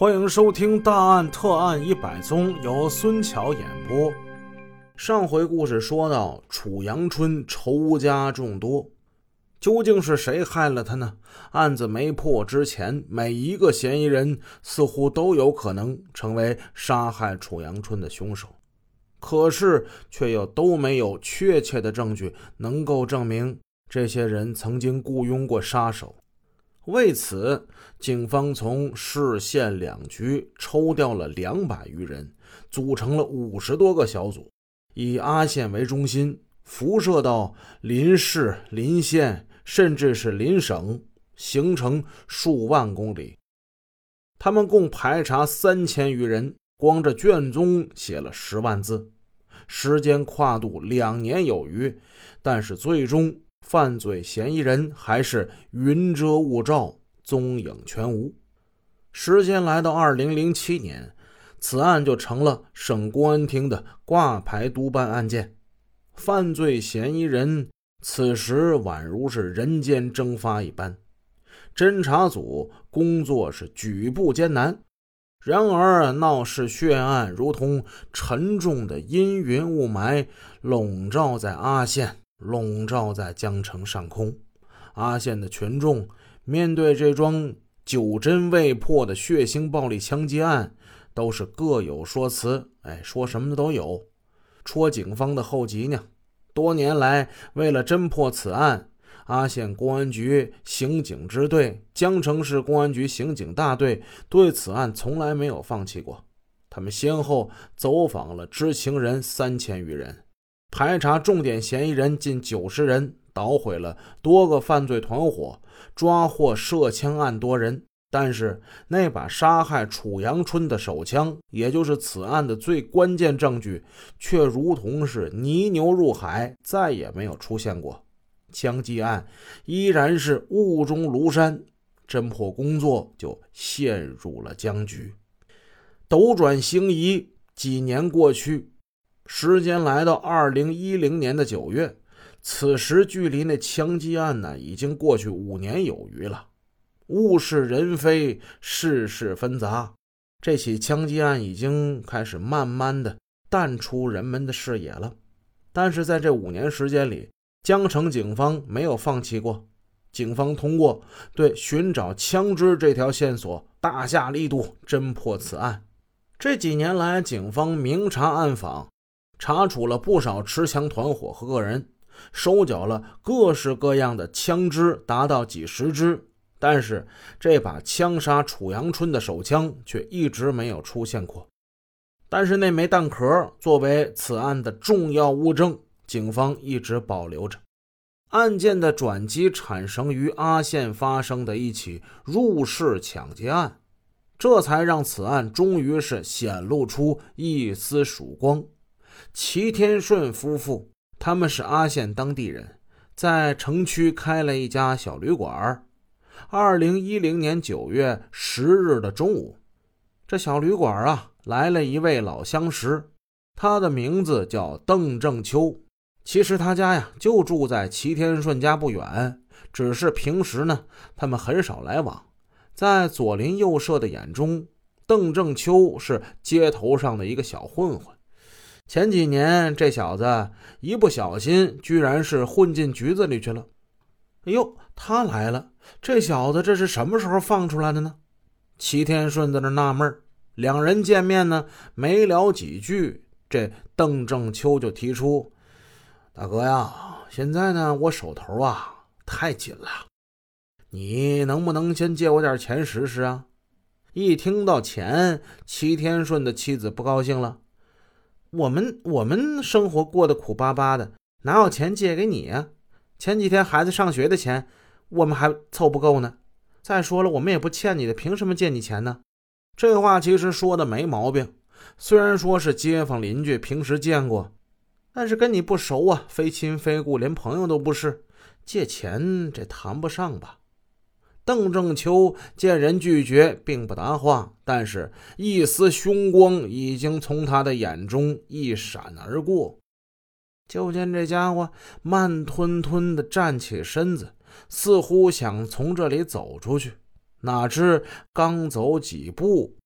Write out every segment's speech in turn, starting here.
欢迎收听《大案特案100宗》，由孙桥演播。上回故事说到，楚阳春仇家众多，究竟是谁害了他呢？案子没破之前，每一个嫌疑人似乎都有可能成为杀害楚阳春的凶手，可是却又都没有确切的证据能够证明这些人曾经雇佣过杀手。为此，警方从市县两局抽调了200余人，组成了50多个小组，以阿县为中心，辐射到邻市、邻县，甚至是邻省，形成数万公里。他们共排查3000余人，光这卷宗写了10万字，时间跨度2年有余，但是最终犯罪嫌疑人还是云遮雾罩，踪影全无。时间来到2007年，此案就成了省公安厅的挂牌督办案件。犯罪嫌疑人此时宛如是人间蒸发一般，侦查组工作是举步艰难。然而闹市血案如同沉重的阴云雾霾，笼罩在阿县，笼罩在江城上空。阿县的群众面对这桩久侦未破的血腥暴力枪击案，都是各有说辞，说什么的都有。戳警方的后脊呢。多年来，为了侦破此案，阿县公安局刑警支队、江城市公安局刑警大队对此案从来没有放弃过。他们先后走访了知情人3000余人，排查重点嫌疑人近90人，捣毁了多个犯罪团伙，抓获涉枪案多人。但是那把杀害楚阳春的手枪，也就是此案的最关键证据，却如同是泥牛入海，再也没有出现过。枪击案依然是雾中庐山，侦破工作就陷入了僵局。斗转星移，几年过去，时间来到2010年的9月，此时距离那枪击案呢，已经过去5年有余了。物是人非，世事纷杂，这起枪击案已经开始慢慢的淡出人们的视野了。但是在这5年时间里，江城警方没有放弃过。警方通过对寻找枪支这条线索大下力度，侦破此案。这几年来，警方明察暗访，查处了不少持枪团伙和个人，收缴了各式各样的枪支，达到几十支。但是这把枪杀楚阳春的手枪却一直没有出现过。但是那枚弹壳作为此案的重要物证，警方一直保留着。案件的转机产生于阿县发生的一起入室抢劫案，这才让此案终于是显露出一丝曙光。齐天顺夫妇，他们是阿县当地人，在城区开了一家小旅馆。2010年9月10日的中午，这小旅馆来了一位老相识，他的名字叫邓正秋。其实他家就住在齐天顺家不远，只是平时呢他们很少来往。在左邻右舍的眼中，邓正秋是街头上的一个小混混。前几年这小子一不小心居然是混进局子里去了。哎呦，他来了，这小子这是什么时候放出来的呢？齐天顺在那纳闷。两人见面呢，没聊几句，这邓正秋就提出，大哥呀，现在呢我手头太紧了，你能不能先借我点钱试试啊？一听到钱，齐天顺的妻子不高兴了。我们生活过得苦巴巴的，哪有钱借给你啊？前几天孩子上学的钱我们还凑不够呢，再说了我们也不欠你的，凭什么借你钱呢？这话其实说的没毛病，虽然说是街坊邻居平时见过，但是跟你不熟啊，非亲非故，连朋友都不是，借钱这谈不上吧。邓正秋见人拒绝并不答话，但是一丝凶光已经从他的眼中一闪而过。就见这家伙慢吞吞地站起身子，似乎想从这里走出去，哪知刚走几步，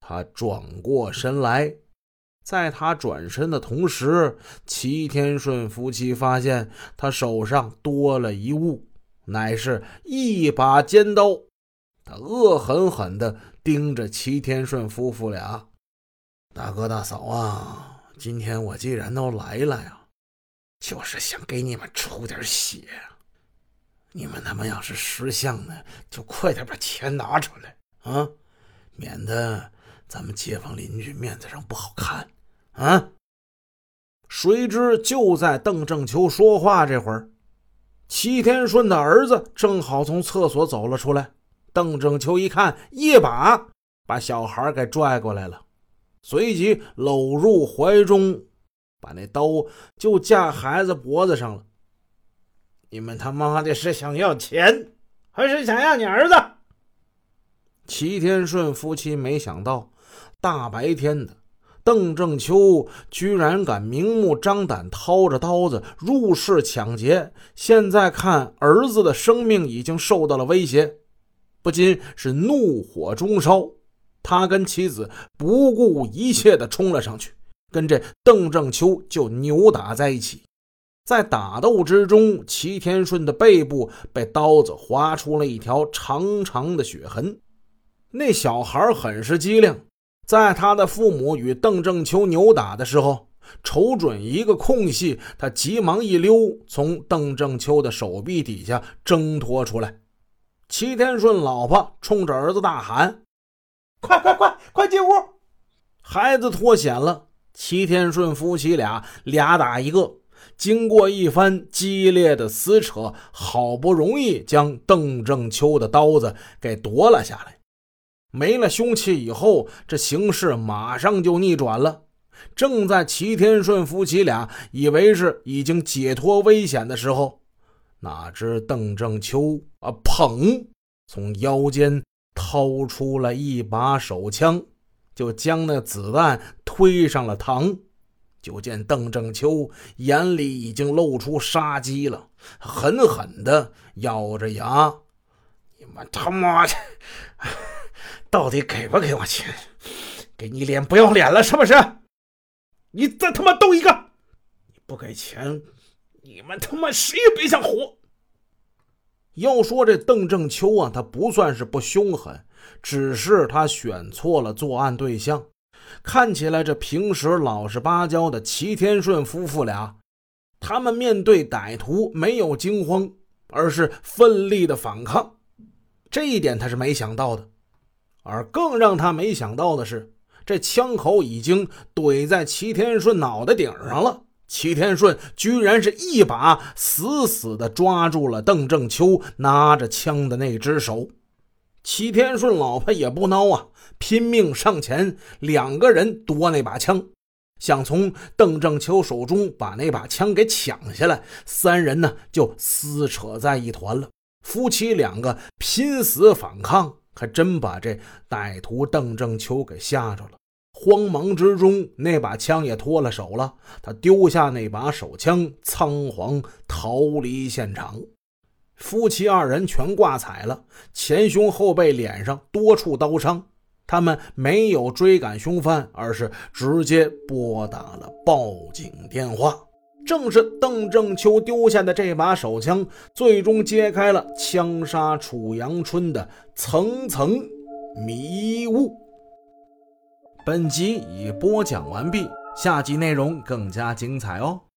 他转过身来，在他转身的同时，齐天顺夫妻发现他手上多了一物，乃是一把尖刀。他恶狠狠地盯着齐天顺夫妇俩。大哥大嫂啊，今天我既然都来了呀，就是想给你们出点血。你们他妈要是识相呢，就快点把钱拿出来啊，免得咱们街坊邻居面子上不好看啊！谁知就在邓正秋说话这会儿，齐天顺的儿子正好从厕所走了出来。邓正秋一看，一把把小孩给拽过来了，随即搂入怀中，把那刀就架孩子脖子上了。你们他妈的是想要钱，还是想要你儿子？齐天顺夫妻没想到，大白天的，邓正秋居然敢明目张胆掏着刀子入室抢劫。现在看儿子的生命已经受到了威胁，不禁是怒火中烧。他跟妻子不顾一切地冲了上去，跟这邓正秋就扭打在一起。在打斗之中，齐天顺的背部被刀子划出了一条长长的血痕。那小孩很是机灵，在他的父母与邓正秋扭打的时候，瞅准一个空隙，他急忙一溜，从邓正秋的手臂底下挣脱出来。齐天顺老婆冲着儿子大喊：快进屋！孩子脱险了，齐天顺夫妻俩打一个，经过一番激烈的撕扯，好不容易将邓正秋的刀子给夺了下来。没了凶器以后，这形势马上就逆转了。正在齐天顺夫妻俩以为是已经解脱危险的时候，哪知邓正秋砰，从腰间掏出了一把手枪，就将那子弹推上了膛。就见邓正秋眼里已经露出杀机了，狠狠地咬着牙：你们他妈的到底给不给我钱？给你脸不要脸了是不是？你再他妈斗一个！你不给钱，你们他妈谁也别想活！要说这邓正秋啊，他不算是不凶狠，只是他选错了作案对象。看起来这平时老实巴交的齐天顺夫妇俩，他们面对歹徒没有惊慌，而是奋力的反抗。这一点他是没想到的。而更让他没想到的是，这枪口已经怼在齐天顺脑袋顶上了。齐天顺居然是一把死死地抓住了邓正秋拿着枪的那只手。齐天顺老婆也不孬啊，拼命上前，两个人夺那把枪，想从邓正秋手中把那把枪给抢下来。三人呢就撕扯在一团了。夫妻两个拼死反抗，还真把这歹徒邓正秋给吓着了。慌忙之中，那把枪也脱了手了，他丢下那把手枪，仓皇逃离现场。夫妻二人全挂彩了，前胸后背脸上多处刀伤。他们没有追赶凶犯，而是直接拨打了报警电话。正是邓正秋丢下的这把手枪，最终揭开了枪杀楚阳春的层层迷雾。本集已播讲完毕，下集内容更加精彩哦。